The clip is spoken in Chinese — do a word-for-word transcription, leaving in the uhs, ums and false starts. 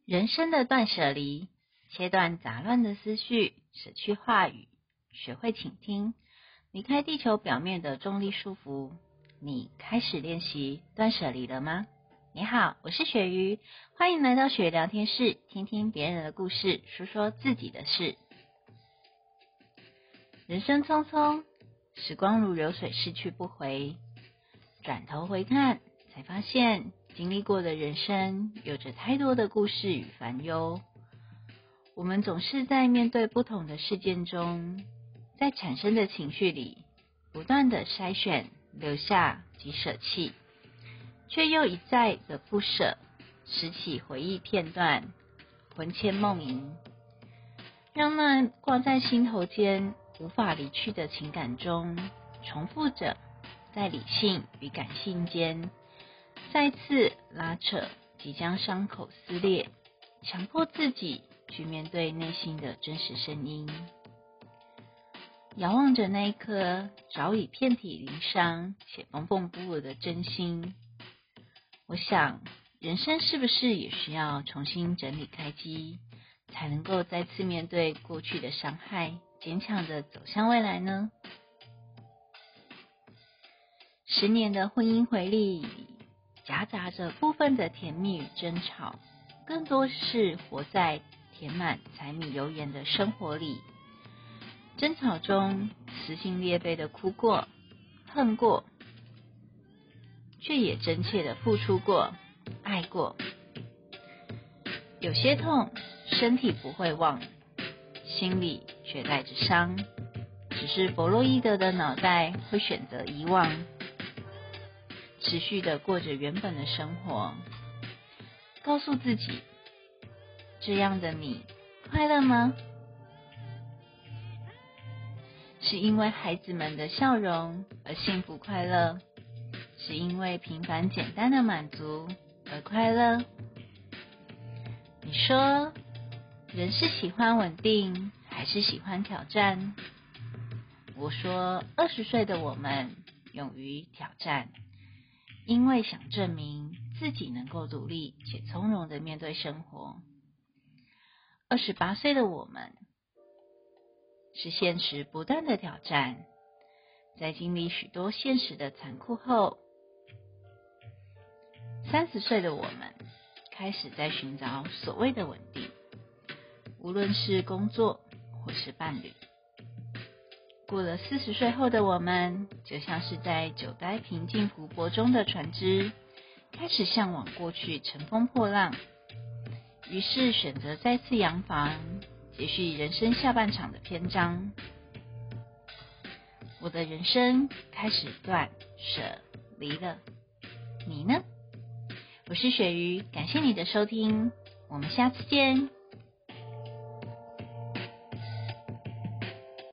人生的断舍离，切断杂乱的思绪，舍去话语，学会倾听，离开地球表面的重力束缚。你开始练习断舍离了吗？你好，我是雪鱼，欢迎来到雪聊天室，听听别人的故事，说说自己的事。人生匆匆，时光如流水，逝去不回。转头回看，才发现经历过的人生有着太多的故事与烦忧。我们总是在面对不同的事件中，在产生的情绪里，不断的筛选、留下及舍弃，却又一再的不舍，拾起回忆片段，魂牵梦萦，让那挂在心头间无法离去的情感中，重复着在理性与感性间再次拉扯，即将伤口撕裂，强迫自己去面对内心的真实声音。遥望着那一颗早已遍体鳞伤且缝缝补补的真心，我想人生是不是也需要重新整理开机，才能够再次面对过去的伤害，坚强地走向未来呢？十年的婚姻回忆里，夹杂着部分的甜蜜与争吵，更多是活在填满柴米油盐的生活里。争吵中撕心裂肺的哭过、恨过，却也真切的付出过、爱过。有些痛，身体不会忘，心里却带着伤，只是弗洛伊德的脑袋会选择遗忘，持续的过着原本的生活，告诉自己，这样的你快乐吗？是因为孩子们的笑容而幸福快乐，是因为平凡简单的满足而快乐。你说，人是喜欢稳定还是喜欢挑战？我说，二十岁的我们勇于挑战，因为想证明自己能够独立且从容地面对生活。二十八岁的我们是现实不断的挑战，在经历许多现实的残酷后，三十岁的我们开始在寻找所谓的稳定，无论是工作或是伴侣。过了四十岁后的我们，就像是在久待平静湖泊中的船只，开始向往过去乘风破浪，于是选择再次扬帆，继续人生下半场的篇章。我的人生开始断舍离了，你呢？我是雪鱼，感谢你的收听，我们下次见。